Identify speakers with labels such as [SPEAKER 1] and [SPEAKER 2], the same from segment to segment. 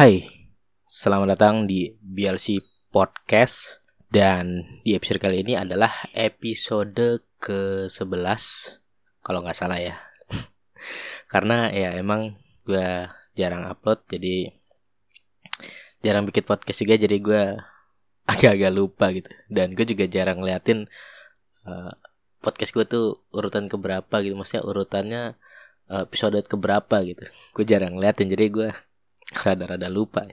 [SPEAKER 1] Hai, selamat datang di BLC Podcast. Dan di episode kali ini adalah episode ke-11 kalau gak salah ya. Karena ya emang gue jarang upload, jadi jarang bikin podcast juga, jadi gue agak-agak lupa gitu. Dan gue juga jarang ngeliatin podcast gue tuh urutan keberapa gitu. Maksudnya urutannya episode keberapa gitu. Gue jarang ngeliatin, jadi gue rada-rada lupa.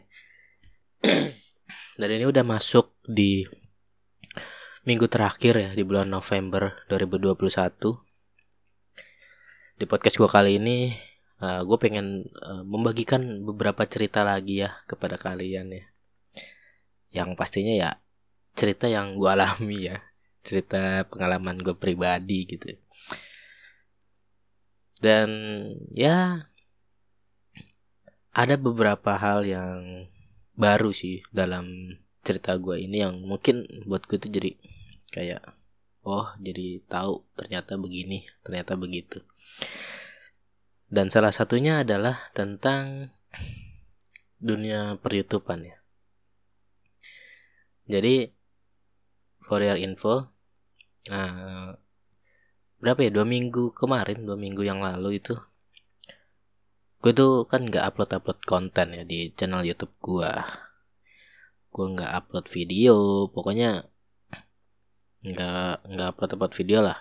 [SPEAKER 1] Dan ini udah masuk di minggu terakhir ya, di bulan November 2021. Di podcast gue kali ini gue pengen membagikan beberapa cerita lagi ya kepada kalian ya. Yang pastinya ya cerita yang gue alami ya, cerita pengalaman gue pribadi gitu. Dan ya ada beberapa hal yang baru sih dalam cerita gue ini yang mungkin buat gue tuh jadi kayak jadi tahu ternyata begini, ternyata begitu. Dan salah satunya adalah tentang dunia per-YouTubean ya. Jadi for your info, berapa ya, 2 minggu yang lalu itu gue tuh kan gak upload konten ya di channel YouTube gue. Gue gak upload video, pokoknya gak upload video lah.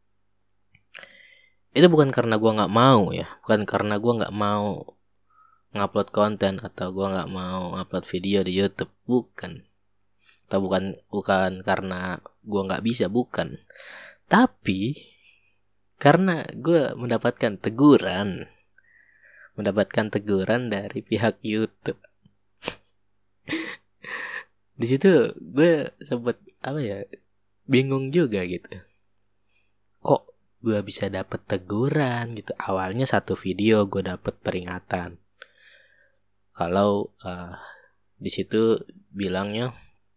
[SPEAKER 1] Itu bukan karena gue gak mau ya, bukan karena gue gak mau ngupload konten atau gue gak mau upload video di YouTube, bukan. Atau bukan karena gue gak bisa, bukan. Tapi karena gue mendapatkan teguran dari pihak YouTube. Di situ gue sempet bingung juga gitu. Kok gue bisa dapet teguran gitu? Awalnya satu video gue dapet peringatan. Kalau di situ bilangnya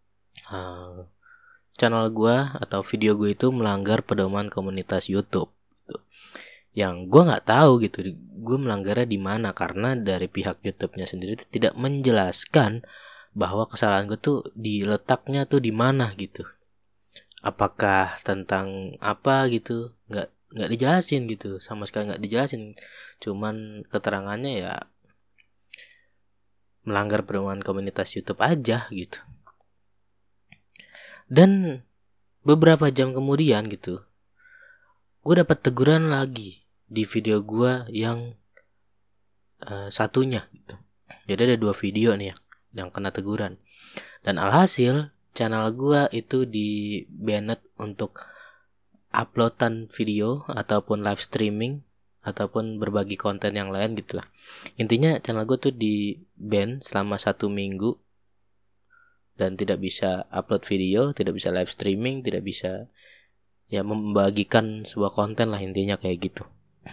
[SPEAKER 1] channel gue atau video gue itu melanggar pedoman komunitas YouTube. Gitu. Yang gue nggak tahu gitu, gue melanggarnya di mana, karena dari pihak YouTube-nya sendiri tidak menjelaskan bahwa kesalahan gue tuh diletaknya tuh di mana gitu. Apakah tentang apa gitu, nggak dijelasin gitu, sama sekali nggak dijelasin. Cuman keterangannya ya melanggar pedoman komunitas YouTube aja gitu. Dan beberapa jam kemudian gitu, gue dapat teguran lagi di video gue yang satunya gitu. Jadi ada 2 video nih yang kena teguran. Dan alhasil channel gue itu di banned untuk uploadan video ataupun live streaming ataupun berbagi konten yang lain gitu lah. Intinya channel gue tuh di ban selama 1 minggu. Dan tidak bisa upload video, tidak bisa live streaming, tidak bisa ya membagikan sebuah konten lah, intinya kayak gitu.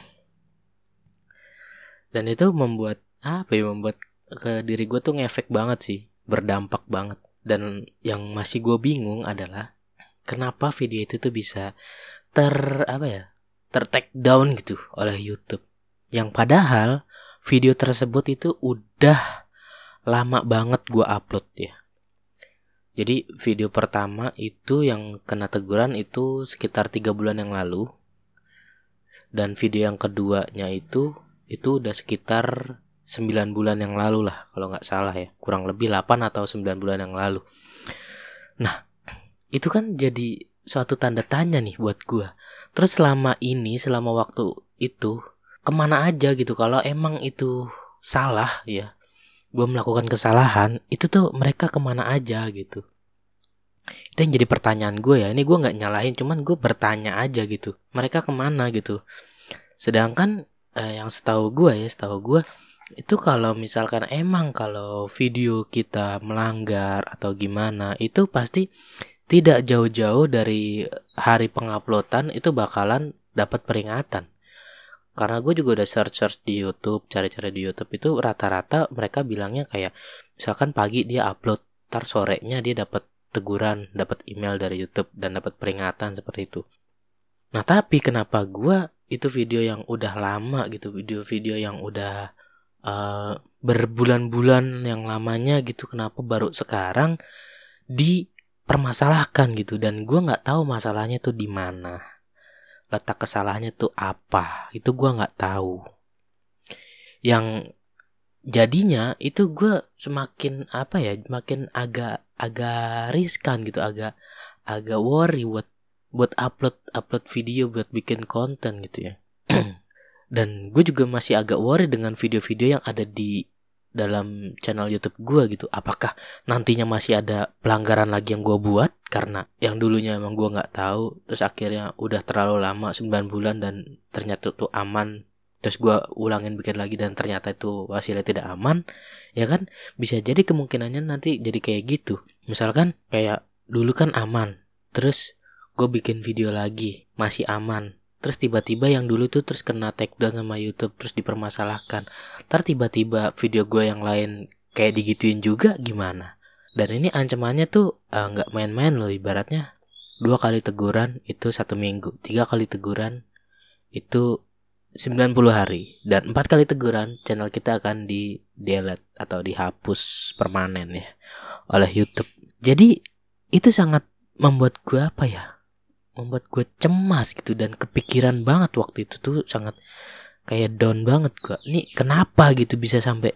[SPEAKER 1] Dan itu membuat ke diri gue tuh ngefek banget sih, berdampak banget. Dan yang masih gue bingung adalah kenapa video itu tuh bisa ter-take down gitu oleh YouTube. Yang padahal video tersebut itu udah lama banget gue upload ya. Jadi video pertama itu yang kena teguran itu sekitar 3 bulan yang lalu. Dan video yang keduanya itu udah sekitar 9 bulan yang lalu lah, kalau gak salah ya. Kurang lebih 8 atau 9 bulan yang lalu. Nah, itu kan jadi suatu tanda tanya nih buat gue. Terus selama waktu itu kemana aja gitu, kalau emang itu salah ya, gue melakukan kesalahan, itu tuh mereka kemana aja gitu. Itu yang jadi pertanyaan gue ya. Ini gue gak nyalahin, cuman gue bertanya aja gitu, mereka kemana gitu. Sedangkan yang setahu gue itu kalau misalkan emang kalau video kita melanggar atau gimana, itu pasti tidak jauh-jauh dari hari penguploadan itu bakalan dapat peringatan. Karena gue juga udah search di YouTube, cari-cari di YouTube itu rata-rata mereka bilangnya kayak misalkan pagi dia upload, ntar sorenya dia dapat teguran, dapat email dari YouTube dan dapat peringatan seperti itu. Nah tapi kenapa gue itu video yang udah lama gitu, video-video yang udah berbulan-bulan yang lamanya gitu, kenapa baru sekarang dipermasalahkan gitu. Dan gue nggak tahu masalahnya tuh di mana, letak kesalahannya tuh apa, itu gue nggak tahu. Yang jadinya itu gue semakin makin agak riskan gitu, agak worry buat upload video, buat bikin konten gitu ya. Dan gue juga masih agak worry dengan video-video yang ada di dalam channel YouTube gue gitu. Apakah nantinya masih ada pelanggaran lagi yang gue buat karena yang dulunya emang gue nggak tahu, terus akhirnya udah terlalu lama 9 bulan dan ternyata tuh aman, terus gue ulangin bikin lagi dan ternyata itu hasilnya tidak aman, ya kan? Bisa jadi kemungkinannya nanti jadi kayak gitu. Misalkan kayak dulu kan aman, terus gue bikin video lagi masih aman, terus tiba-tiba yang dulu tuh terus kena takedown sama YouTube, terus dipermasalahkan. Ntar tiba-tiba video gue yang lain kayak digituin juga, gimana? Dan ini ancamannya tuh gak main-main loh. Ibaratnya 2 kali teguran itu 1 minggu, 3 kali teguran itu 90 hari, dan 4 kali teguran channel kita akan di delete atau dihapus permanen ya oleh YouTube. Jadi itu sangat membuat gue membuat gue cemas gitu, dan kepikiran banget waktu itu tuh, sangat kayak down banget gue. Nih kenapa gitu bisa sampai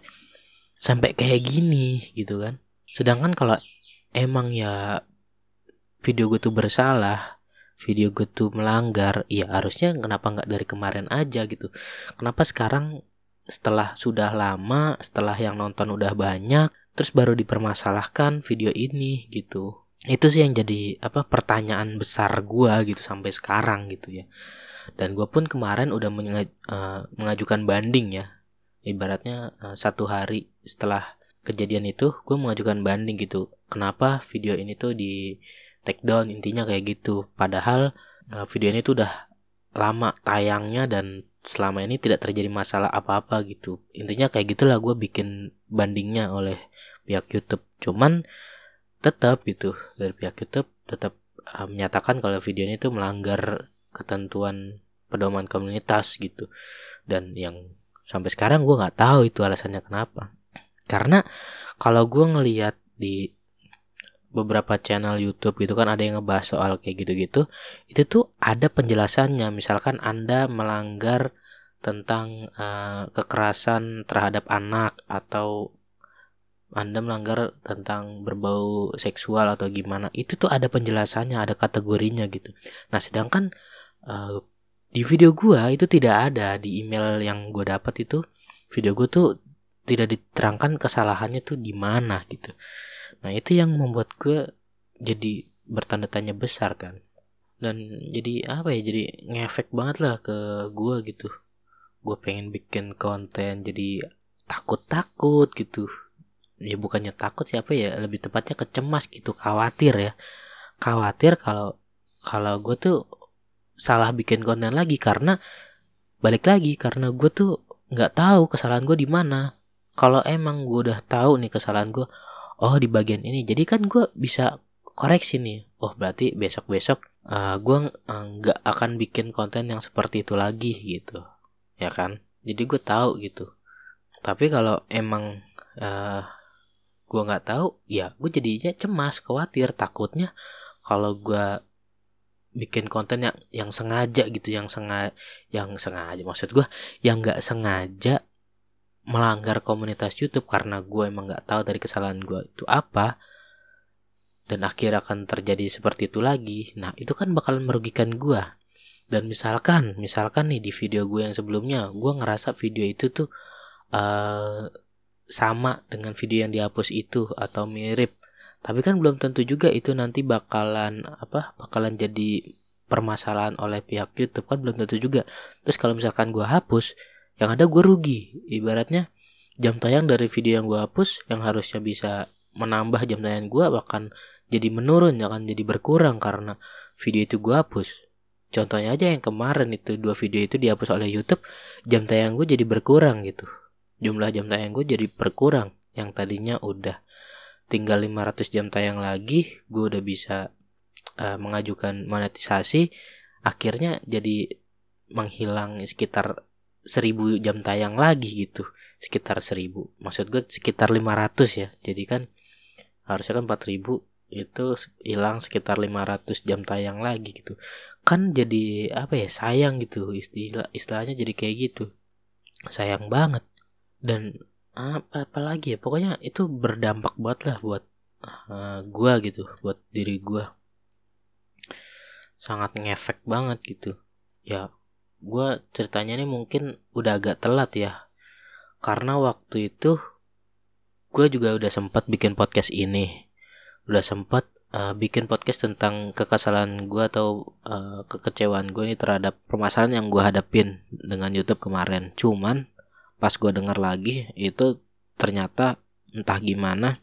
[SPEAKER 1] kayak gini gitu kan. Sedangkan kalau emang ya video gue tuh bersalah, video gue tuh melanggar, ya harusnya kenapa nggak dari kemarin aja gitu. Kenapa sekarang setelah sudah lama, setelah yang nonton udah banyak, terus baru dipermasalahkan video ini gitu. Itu sih yang jadi pertanyaan besar gue gitu sampai sekarang gitu ya. Dan gue pun kemarin udah mengajukan banding ya. Ibaratnya 1 hari setelah kejadian itu gue mengajukan banding gitu. Kenapa video ini tuh di take down, intinya kayak gitu. Padahal video ini tuh udah lama tayangnya dan selama ini tidak terjadi masalah apa-apa gitu. Intinya kayak gitulah gue bikin bandingnya oleh pihak YouTube. Cuman tetap gitu, dari pihak YouTube tetap menyatakan kalau video ini tuh melanggar ketentuan pedoman komunitas gitu. Dan yang sampai sekarang gue nggak tahu itu alasannya kenapa. Karena kalau gue ngelihat di beberapa channel YouTube gitu kan, ada yang ngebahas soal kayak gitu-gitu, itu tuh ada penjelasannya. Misalkan Anda melanggar tentang kekerasan terhadap anak, atau Anda melanggar tentang berbau seksual atau gimana, itu tuh ada penjelasannya, ada kategorinya gitu. Nah sedangkan di video gue itu tidak ada. Di email yang gue dapat itu, video gue tuh tidak diterangkan kesalahannya tuh di mana gitu. Nah itu yang membuat gue jadi bertanda tanya besar kan. Dan jadi jadi ngefek banget lah ke gue gitu. Gue pengen bikin konten jadi takut gitu. Ya bukannya takut siapa ya, lebih tepatnya kecemas gitu, khawatir ya. Khawatir kalau gue tuh salah bikin konten lagi, karena balik lagi, karena gue tuh nggak tahu kesalahan gue di mana. Kalau emang gue udah tahu nih kesalahan gue, oh di bagian ini, jadi kan gue bisa koreksi nih. Oh berarti besok gue nggak akan bikin konten yang seperti itu lagi gitu, ya kan? Jadi gue tahu gitu. Tapi kalau emang gue nggak tahu, ya gue jadinya cemas, khawatir, takutnya kalau gue bikin konten yang sengaja gitu, yang sengaja maksud gue, yang nggak sengaja melanggar komunitas YouTube karena gue emang nggak tahu dari kesalahan gue itu apa, dan akhirnya akan terjadi seperti itu lagi. Nah itu kan bakalan merugikan gue. Dan misalkan nih di video gue yang sebelumnya, gue ngerasa video itu tuh sama dengan video yang dihapus itu atau mirip, tapi kan belum tentu juga itu nanti bakalan jadi permasalahan oleh pihak YouTube, kan belum tentu juga. Terus kalau misalkan gue hapus, yang ada gue rugi. Ibaratnya jam tayang dari video yang gue hapus, yang harusnya bisa menambah jam tayang gue, bahkan jadi menurun, akan jadi berkurang karena video itu gue hapus. Contohnya aja yang kemarin itu, 2 video itu dihapus oleh YouTube, jam tayang gue jadi berkurang gitu. Jumlah jam tayang gue jadi berkurang. Yang tadinya udah tinggal 500 jam tayang lagi, gue udah bisa mengajukan monetisasi. Akhirnya jadi menghilang sekitar 1000 jam tayang lagi gitu. Sekitar 1000. Maksud gue sekitar 500 ya. Jadi kan harusnya kan 4000, itu hilang sekitar 500 jam tayang lagi gitu. Kan jadi apa ya, sayang gitu, istilahnya jadi kayak gitu. Sayang banget. Dan apalagi ya, pokoknya itu berdampak banget lah buat gua gitu, buat diri gua. Sangat ngefek banget gitu. Ya, gua ceritanya ini mungkin udah agak telat ya. Karena waktu itu gua juga udah sempat bikin podcast ini. Udah sempat bikin podcast tentang kekesalan gue atau kekecewaan gue ini terhadap permasalahan yang gue hadapin dengan YouTube kemarin. Cuman pas gue denger lagi itu ternyata entah gimana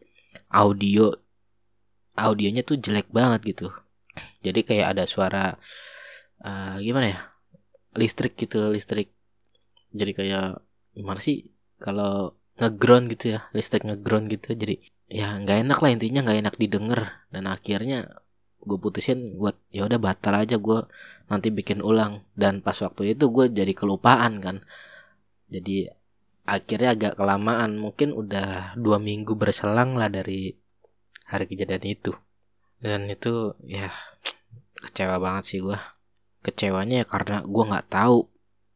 [SPEAKER 1] audionya tuh jelek banget gitu. Jadi kayak ada suara gimana ya, listrik. Jadi kayak gimana sih kalau ngeground gitu ya, listrik ngeground gitu. Jadi ya nggak enak lah, intinya nggak enak didengar. Dan akhirnya gue putusin buat ya udah batal aja, gue nanti bikin ulang. Dan pas waktu itu gue jadi kelupaan kan, jadi akhirnya agak kelamaan, mungkin udah 2 minggu berselang lah dari hari kejadian itu. Dan itu ya kecewa banget sih gue. Kecewanya ya karena gue nggak tahu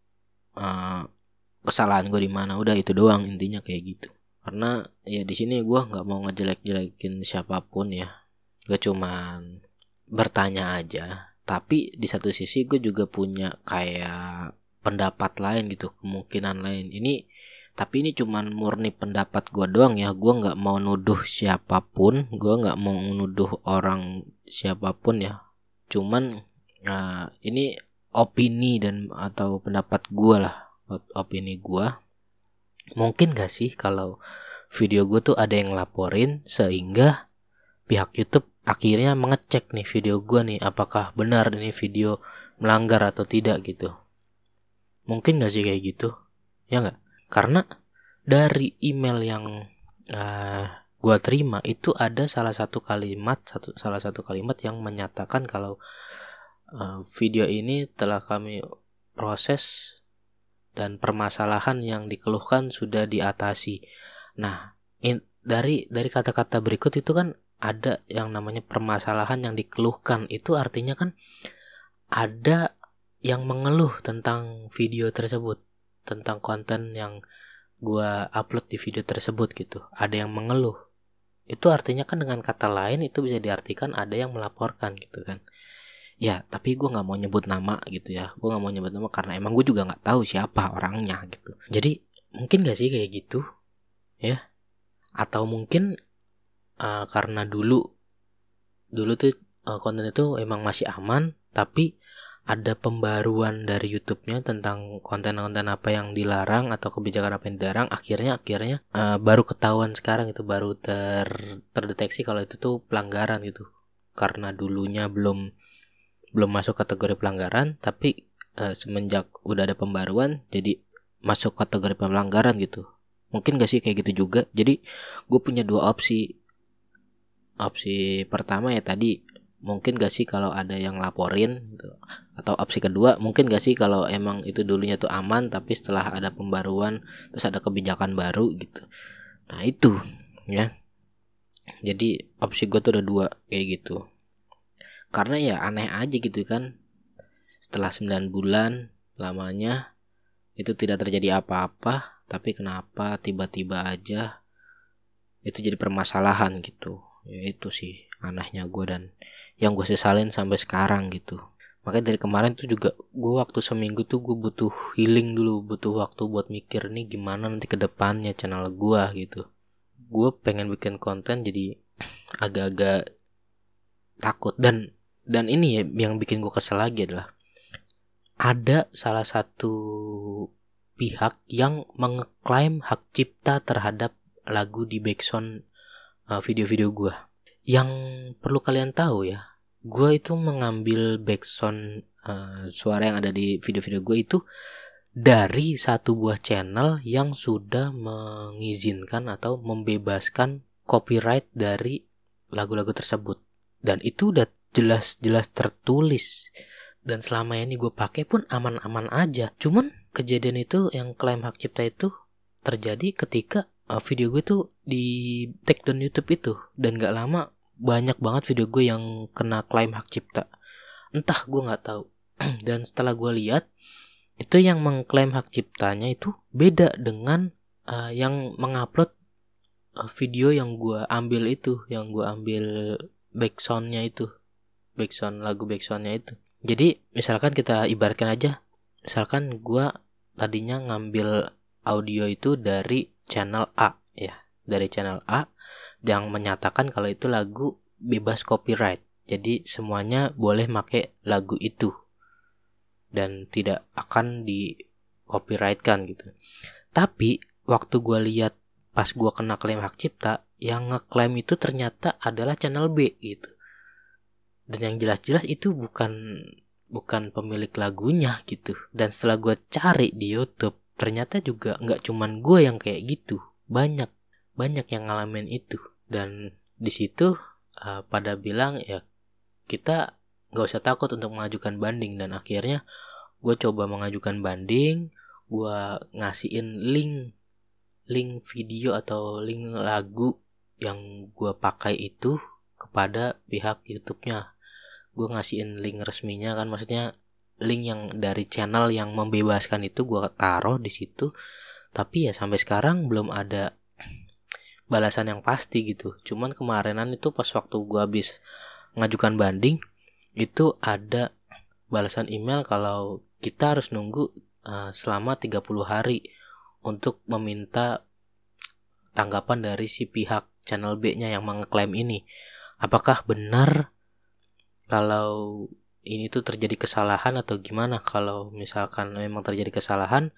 [SPEAKER 1] kesalahan gue di mana. Udah itu doang intinya kayak gitu. Karena ya di sini gue nggak mau ngejelek-jelekin siapapun ya, gue cuman bertanya aja. Tapi di satu sisi gue juga punya kayak pendapat lain gitu, kemungkinan lain. Tapi ini cuman murni pendapat gue doang ya. Gue nggak mau nuduh siapapun, gue nggak mau nuduh orang siapapun ya. Cuman ini opini dan atau pendapat gue lah, opini gue. Mungkin gak sih kalau video gue tuh ada yang laporin sehingga pihak YouTube akhirnya mengecek nih video gue nih, apakah benar ini video melanggar atau tidak gitu. Mungkin gak sih kayak gitu? Ya gak? Karena dari email yang gue terima itu ada salah satu kalimat yang menyatakan kalau video ini telah kami proses dan permasalahan yang dikeluhkan sudah diatasi. Nah, dari kata-kata berikut itu kan ada yang namanya permasalahan yang dikeluhkan. Itu artinya kan ada yang mengeluh tentang video tersebut, tentang konten yang gua upload di video tersebut gitu. Ada yang mengeluh. Itu artinya kan dengan kata lain itu bisa diartikan ada yang melaporkan gitu kan. Ya, tapi gue gak mau nyebut nama gitu ya. Gue gak mau nyebut nama karena emang gue juga gak tahu siapa orangnya gitu. Jadi mungkin gak sih kayak gitu ya. Atau mungkin karena dulu tuh konten itu emang masih aman, tapi ada pembaruan dari YouTube-nya tentang konten-konten apa yang dilarang atau kebijakan apa yang dilarang. Akhirnya baru ketahuan sekarang, itu baru terdeteksi kalau itu tuh pelanggaran gitu. Karena dulunya belum masuk kategori pelanggaran, tapi semenjak udah ada pembaruan jadi masuk kategori pelanggaran gitu. Mungkin gak sih kayak gitu juga. Jadi gue punya 2 opsi. Opsi pertama ya tadi, mungkin gak sih kalau ada yang laporin gitu. Atau opsi kedua, mungkin gak sih kalau emang itu dulunya tuh aman, tapi setelah ada pembaruan terus ada kebijakan baru gitu. Nah itu ya. Jadi opsi gue tuh ada 2 kayak gitu. Karena ya aneh aja gitu kan, setelah 9 bulan lamanya itu tidak terjadi apa-apa, tapi kenapa tiba-tiba aja itu jadi permasalahan gitu. Ya itu sih anehnya gue dan yang gue sesalin sampai sekarang gitu. Makanya dari kemarin tuh juga gue waktu seminggu tuh gue butuh healing dulu, butuh waktu buat mikir nih gimana nanti ke depannya channel gue gitu. Gue pengen bikin konten jadi agak-agak takut. Dan ini ya yang bikin gue kesel lagi adalah ada salah satu pihak yang mengeklaim hak cipta terhadap lagu di backsound video-video gue. Yang perlu kalian tahu ya, gue itu mengambil backsound suara yang ada di video-video gue itu dari satu buah channel yang sudah mengizinkan atau membebaskan copyright dari lagu-lagu tersebut. Dan itu udah jelas-jelas tertulis. Dan selama ini gue pakai pun aman-aman aja. Cuman kejadian itu yang klaim hak cipta itu terjadi ketika video gue tuh di take down YouTube itu, dan gak lama banyak banget video gue yang kena klaim hak cipta. Entah, gue nggak tahu. Dan setelah gue lihat, itu yang mengklaim hak ciptanya itu beda dengan yang mengupload video yang gue ambil itu, yang gue ambil backsoundnya itu, lagu backsoundnya itu. Jadi misalkan kita ibaratkan aja, misalkan gue tadinya ngambil audio itu dari channel A ya, dari channel A yang menyatakan kalau itu lagu bebas copyright. Jadi semuanya boleh make lagu itu dan tidak akan di copyrightkan gitu. Tapi waktu gue lihat pas gue kena klaim hak cipta, yang ngeklaim itu ternyata adalah channel B gitu. Dan yang jelas-jelas itu bukan pemilik lagunya gitu. Dan setelah gue cari di YouTube, ternyata juga nggak cuman gue yang kayak gitu, banyak yang ngalamin itu. Dan di situ pada bilang ya kita nggak usah takut untuk mengajukan banding. Dan akhirnya gue coba mengajukan banding, gue ngasihin link video atau link lagu yang gue pakai itu kepada pihak YouTube-nya. Gue ngasihin link resminya kan, maksudnya link yang dari channel yang membebaskan itu gue taruh di situ. Tapi ya sampai sekarang belum ada balasan yang pasti gitu. Cuman kemarinan itu pas waktu gue habis mengajukan banding, itu ada balasan email kalau kita harus nunggu selama 30 hari untuk meminta tanggapan dari si pihak channel B-nya yang mengklaim ini. Apakah benar kalau ini tuh terjadi kesalahan atau gimana? Kalau misalkan memang terjadi kesalahan,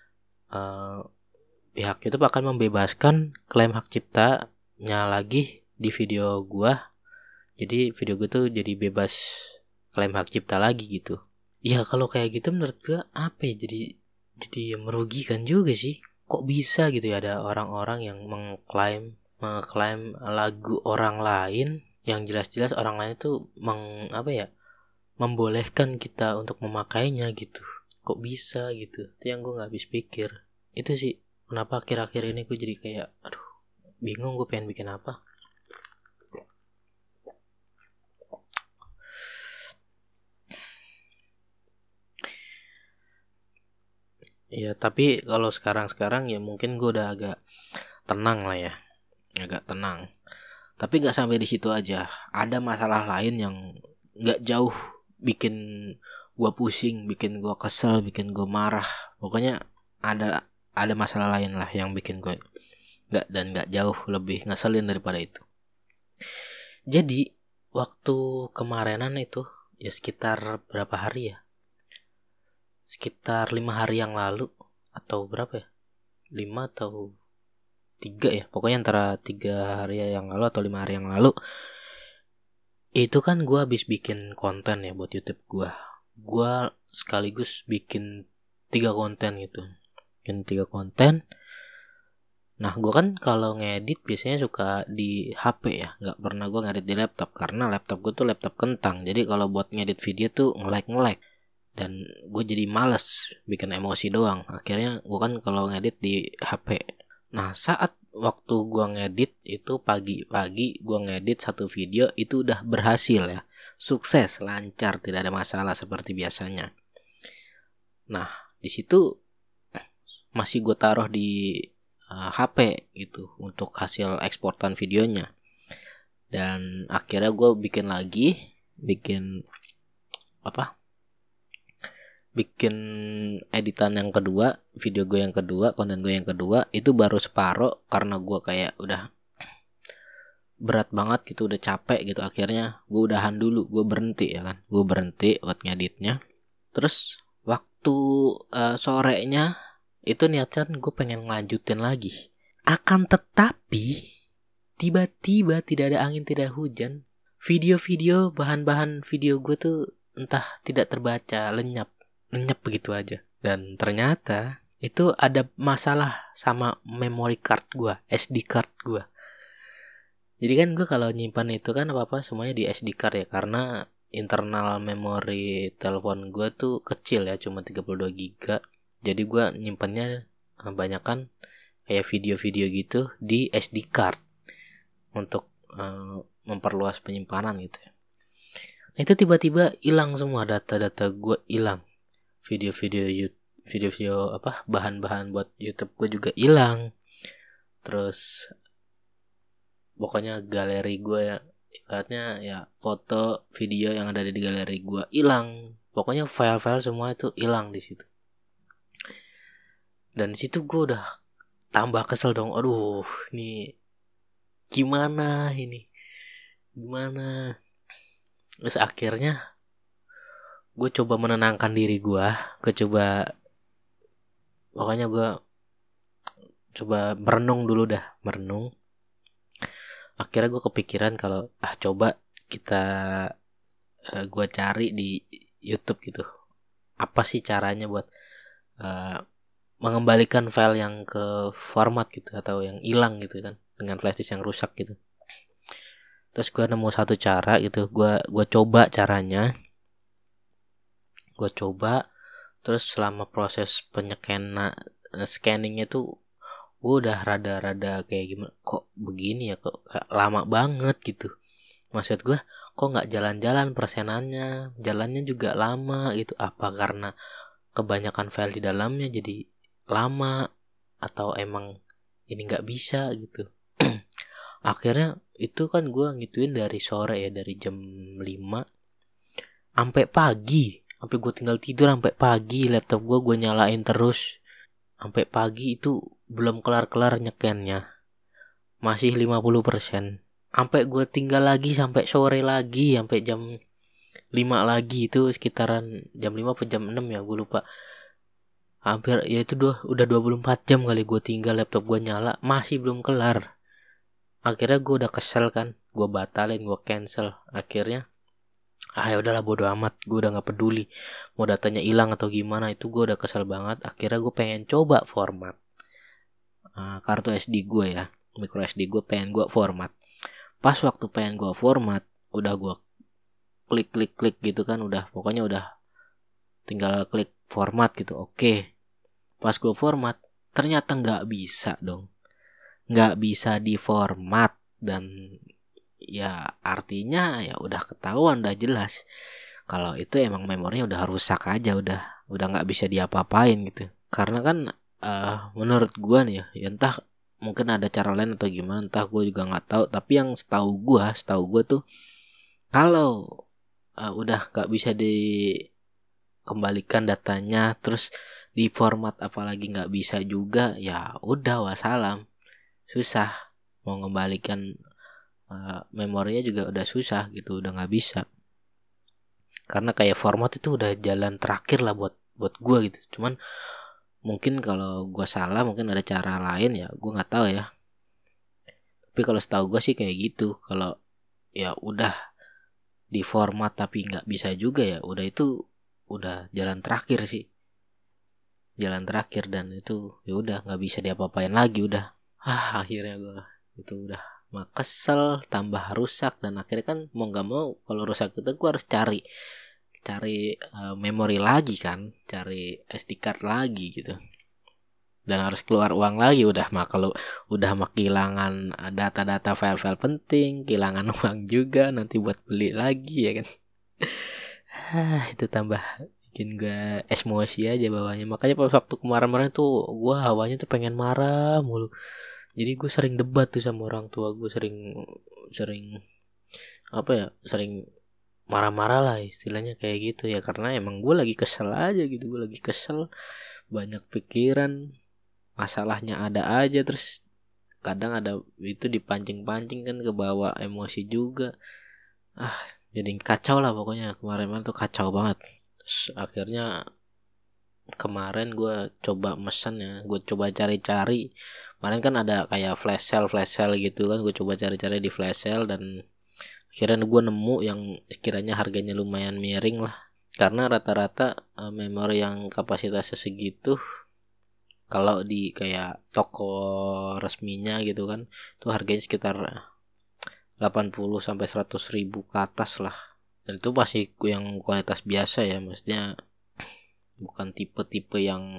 [SPEAKER 1] pihak YouTube akan membebaskan klaim hak ciptanya lagi di video gua. Jadi video gue tuh jadi bebas klaim hak cipta lagi gitu. Ya kalau kayak gitu menurut gue apa ya, jadi merugikan juga sih. Kok bisa gitu ya ada orang-orang yang mengklaim lagu orang lain yang jelas-jelas orang lain itu membolehkan kita untuk memakainya gitu. Kok bisa gitu? Itu yang gue nggak habis pikir. Itu sih kenapa akhir-akhir ini gue jadi kayak aduh bingung gue pengen bikin apa. Ya tapi kalau sekarang ya mungkin gue udah agak tenang lah ya, agak tenang. Tapi nggak sampai di situ aja. Ada masalah lain yang nggak jauh bikin gue pusing, bikin gue kesel, bikin gue marah. Pokoknya ada masalah lain lah yang bikin gue nggak jauh lebih ngeselin daripada itu. Jadi waktu kemarinan itu ya sekitar berapa hari ya? Sekitar 5 hari yang lalu atau berapa ya? 5 atau 3 ya, pokoknya antara 3 hari yang lalu atau 5 hari yang lalu. Itu kan gue habis bikin konten ya buat YouTube gue. Gue sekaligus bikin 3 konten gitu. Bikin 3 konten. Nah gue kan kalau ngedit biasanya suka di HP ya, gak pernah gue ngedit di laptop. Karena laptop gue tuh laptop kentang. Jadi kalau buat ngedit video tuh nge-lag. Dan gue jadi males, bikin emosi doang. Akhirnya gue kan kalau ngedit di HP. Nah saat waktu gue ngedit itu pagi-pagi gue ngedit satu video itu udah berhasil ya, sukses, lancar, tidak ada masalah seperti biasanya. Nah di situ masih gue taruh di HP gitu untuk hasil eksportan videonya. Dan akhirnya gue bikin editan yang kedua, video gue yang kedua, konten gue yang kedua itu baru separuh karena gue kayak udah berat banget gitu, udah capek gitu. Akhirnya gue udahan dulu, gue berhenti ya kan, gue berhenti buat ngeditnya. Terus waktu sorenya itu niatan gue pengen ngelanjutin lagi. Akan tetapi tiba-tiba tidak ada angin tidak hujan, video-video bahan-bahan video gue tuh entah tidak terbaca, lenyap begitu aja. Dan ternyata itu ada masalah sama memory card gue, SD card gue. Jadi kan gue kalau nyimpan itu kan apa-apa semuanya di SD card ya, karena internal memori telepon gue tuh kecil ya, cuma 32 GB. Jadi gue nyimpennya banyakan kayak video-video gitu di SD card untuk memperluas penyimpanan gitu ya. Nah, itu tiba-tiba hilang semua, data-data gue hilang, video-video bahan-bahan buat YouTube gue juga hilang. Terus pokoknya galeri gue ya, ibaratnya ya foto video yang ada di galeri gue hilang. Pokoknya file-file semua itu hilang di situ. Dan di situ gue udah tambah kesel dong. Aduh, ini gimana ini? Gimana? Terus akhirnya gue coba menenangkan diri gue. Pokoknya gue coba merenung dulu dah. Akhirnya gue kepikiran kalau coba gue cari di YouTube gitu. Apa sih caranya buat mengembalikan file yang ke format gitu, atau yang hilang gitu kan, dengan flash disk yang rusak gitu. Terus gue nemu satu cara gitu, gue coba caranya. Gue coba, terus selama proses scanningnya tuh gue udah rada-rada kayak gimana, kok begini ya, kok lama banget gitu. Maksud gue, kok nggak jalan-jalan persenannya, jalannya juga lama gitu. Apa karena kebanyakan file di dalamnya jadi lama, atau emang ini nggak bisa gitu. Akhirnya itu kan gue ngituin dari sore ya, dari jam 5 sampai pagi, sampai gue tinggal tidur sampai pagi. Laptop gue nyalain terus sampai pagi, itu belum kelar-kelar nyekennya, masih 50%. Sampai gue tinggal lagi sampai sore lagi, sampai jam 5 lagi, itu sekitaran jam 5 atau jam 6 ya, gue lupa. Hampir ya itu udah 24 jam kali gue tinggal laptop gue nyala, masih belum kelar. Akhirnya gue udah kesel kan, gue batalin, gue cancel. Akhirnya ya udahlah, bodo amat, gue udah nggak peduli mau datanya hilang atau gimana, itu gue udah kesel banget. Akhirnya gue pengen coba format kartu SD gue ya, micro SD gue, pengen gue format. Pas waktu pengen gue format, udah gue klik gitu kan, pokoknya udah tinggal klik format gitu. Oke. Pas gue format, ternyata nggak bisa dong, nggak bisa di format. Dan ya artinya ya udah ketahuan, udah jelas kalau itu emang memorinya udah rusak aja, udah nggak bisa diapa-apain gitu. Karena kan menurut gue nih ya entah mungkin ada cara lain atau gimana, entah, gue juga nggak tahu. Tapi yang setahu gue tuh, kalau udah nggak bisa dikembalikan datanya, terus di format apalagi nggak bisa juga, ya udah wassalam, susah mau ngembalikan memorinya juga udah susah gitu, udah nggak bisa. Karena kayak format itu udah jalan terakhir lah buat gue gitu. Cuman mungkin kalau gue salah, mungkin ada cara lain ya, gue nggak tahu ya. Tapi kalau setahu gue sih kayak gitu. Kalau ya udah di format tapi nggak bisa juga, ya udah, itu udah jalan terakhir sih, jalan terakhir. Dan itu ya udah nggak bisa diapa-apain lagi, udah. Akhirnya gue itu udah kesel, tambah rusak. Dan akhirnya kan mau nggak mau, kalau rusak itu gue harus cari memori lagi kan, cari SD card lagi gitu, dan harus keluar uang lagi. Kalau udah kehilangan data-data file-file penting, kehilangan uang juga nanti buat beli lagi ya kan. Itu tambah bikin gue emosi aja bawahnya. Makanya pas waktu kemarin-kemarin tuh gue hawanya tuh pengen marah mulu. Jadi gue sering debat tuh sama orang tua gue, sering marah-marah lah istilahnya kayak gitu ya. Karena emang gue lagi kesel aja gitu, gue lagi kesel, banyak pikiran, masalahnya ada aja. Terus kadang ada itu dipancing-pancing kan, ke bawah emosi juga. Jadi kacau lah pokoknya, kemarin tuh kacau banget. Terus akhirnya kemarin gue coba mesen ya, gue coba cari-cari. Kemarin kan ada kayak flash sale gitu kan, gue coba cari-cari di flash sale, dan akhirnya gue nemu yang sekiranya harganya lumayan miring lah. Karena rata-rata memori yang kapasitasnya segitu, kalau di kayak toko resminya gitu kan, itu harganya sekitar 80 sampai 100 ribu ke atas lah. Dan itu masih yang kualitas biasa ya, maksudnya bukan tipe-tipe yang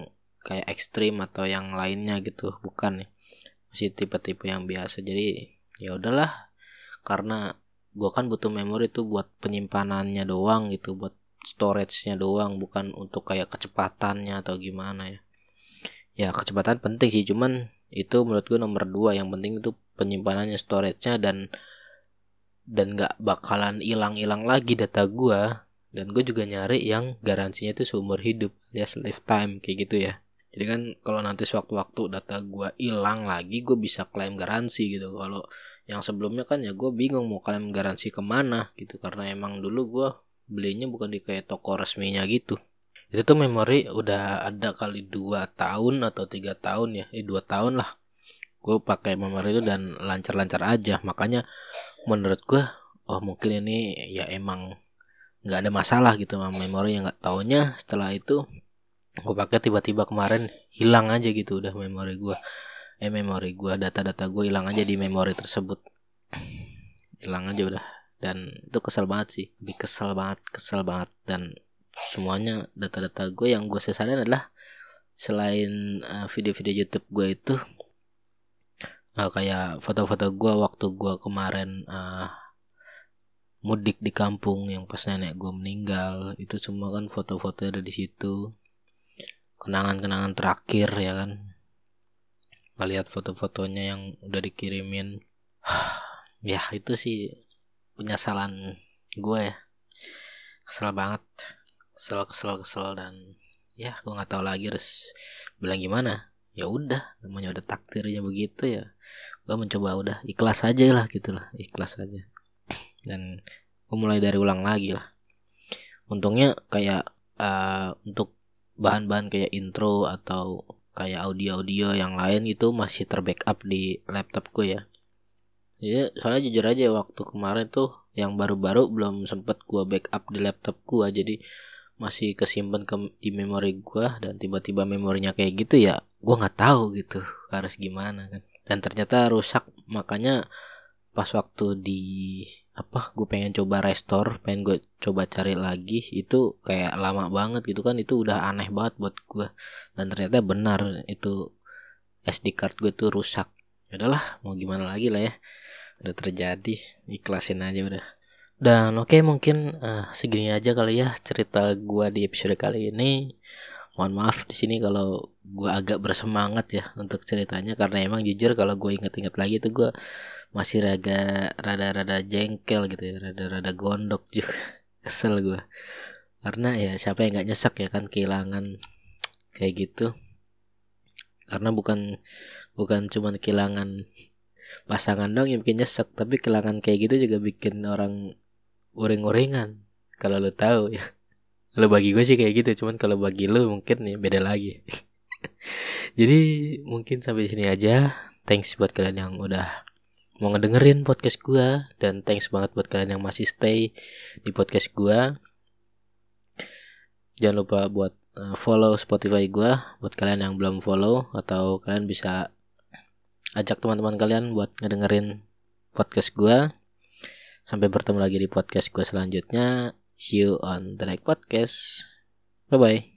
[SPEAKER 1] kayak ekstrim atau yang lainnya gitu, bukan nih. Masih tipe-tipe yang biasa. Jadi ya udahlah, karena gue kan butuh memori tuh buat penyimpanannya doang gitu, buat storage-nya doang, bukan untuk kayak kecepatannya atau gimana ya. Ya kecepatan penting sih, cuman itu menurut gue nomor 2. Yang penting itu penyimpanannya, storage-nya, dan nggak bakalan hilang lagi data gue. Dan gue juga nyari yang garansinya itu seumur hidup, alias lifetime kayak gitu ya. Jadi kan kalau nanti sewaktu-waktu data gue hilang lagi, gue bisa klaim garansi gitu. Kalau yang sebelumnya kan ya gue bingung mau klaim garansi kemana gitu, karena emang dulu gue belinya bukan di kayak toko resminya gitu. Itu tuh memori udah ada kali 2 tahun atau 3 tahun ya, 2 tahun lah gue pakai memori itu dan lancar-lancar aja. Makanya menurut gue, oh mungkin ini ya emang nggak ada masalah gitu sama memori. Yang nggak taunya setelah itu gue pakai tiba-tiba kemarin hilang aja gitu udah memori gue, data-data gue hilang aja di memori tersebut, hilang aja udah. Dan itu kesel banget sih, lebih kesel banget. Dan semuanya data-data gue yang gue sesalin adalah selain video-video YouTube gue itu, kayak foto-foto gue waktu gue kemarin mudik di kampung yang pas nenek gue meninggal, itu semua kan foto-foto ada di situ, kenangan-kenangan terakhir ya kan. Ngeliat foto-fotonya yang udah dikirimin. Ya itu sih penyesalan gue ya, kesel banget, kesel. Dan ya gue nggak tahu lagi harus bilang gimana. Ya udah, namanya udah takdirnya begitu ya, gue mencoba udah ikhlas aja lah gitulah, ikhlas aja. Dan gue mulai dari ulang lagi lah. Untungnya kayak untuk bahan-bahan kayak intro atau kayak audio yang lain itu masih terbackup di laptop gue ya. Jadi soalnya jujur aja waktu kemarin tuh yang baru-baru belum sempet gue backup di laptop gue, jadi masih kesimpan di memori gue. Dan tiba-tiba memorinya kayak gitu ya, gue nggak tahu gitu harus gimana kan. Dan ternyata rusak. Makanya pas waktu gue pengen coba restore, pengen gue coba cari lagi, itu kayak lama banget gitu kan. Itu udah aneh banget buat gue. Dan ternyata benar itu SD card gue tuh rusak. Udahlah, mau gimana lagi lah ya, udah terjadi, ikhlasin aja udah. Dan oke, mungkin segini aja kali ya cerita gue di episode kali ini. Mohon maaf di sini kalau gue agak bersemangat ya untuk ceritanya, karena emang jujur kalau gue inget-inget lagi tuh gue masih rada jengkel gitu ya, rada gondok juga. Kesel gue, karena ya siapa yang nggak nyesek ya kan kehilangan kayak gitu. Karena bukan cuma kehilangan pasangan dong yang bikin nyesek, tapi kehilangan kayak gitu juga bikin orang uring-uringan. Kalau lo tahu ya. Kalau bagi gue sih kayak gitu, cuman kalau bagi lo mungkin ya beda lagi. Jadi mungkin sampai sini aja. Thanks buat kalian yang udah mau ngedengerin podcast gue, dan thanks banget buat kalian yang masih stay di podcast gue. Jangan lupa buat follow Spotify gue buat kalian yang belum follow, atau kalian bisa ajak teman-teman kalian buat ngedengerin podcast gue. Sampai bertemu lagi di podcast gue selanjutnya. See you on the next podcast. Bye bye.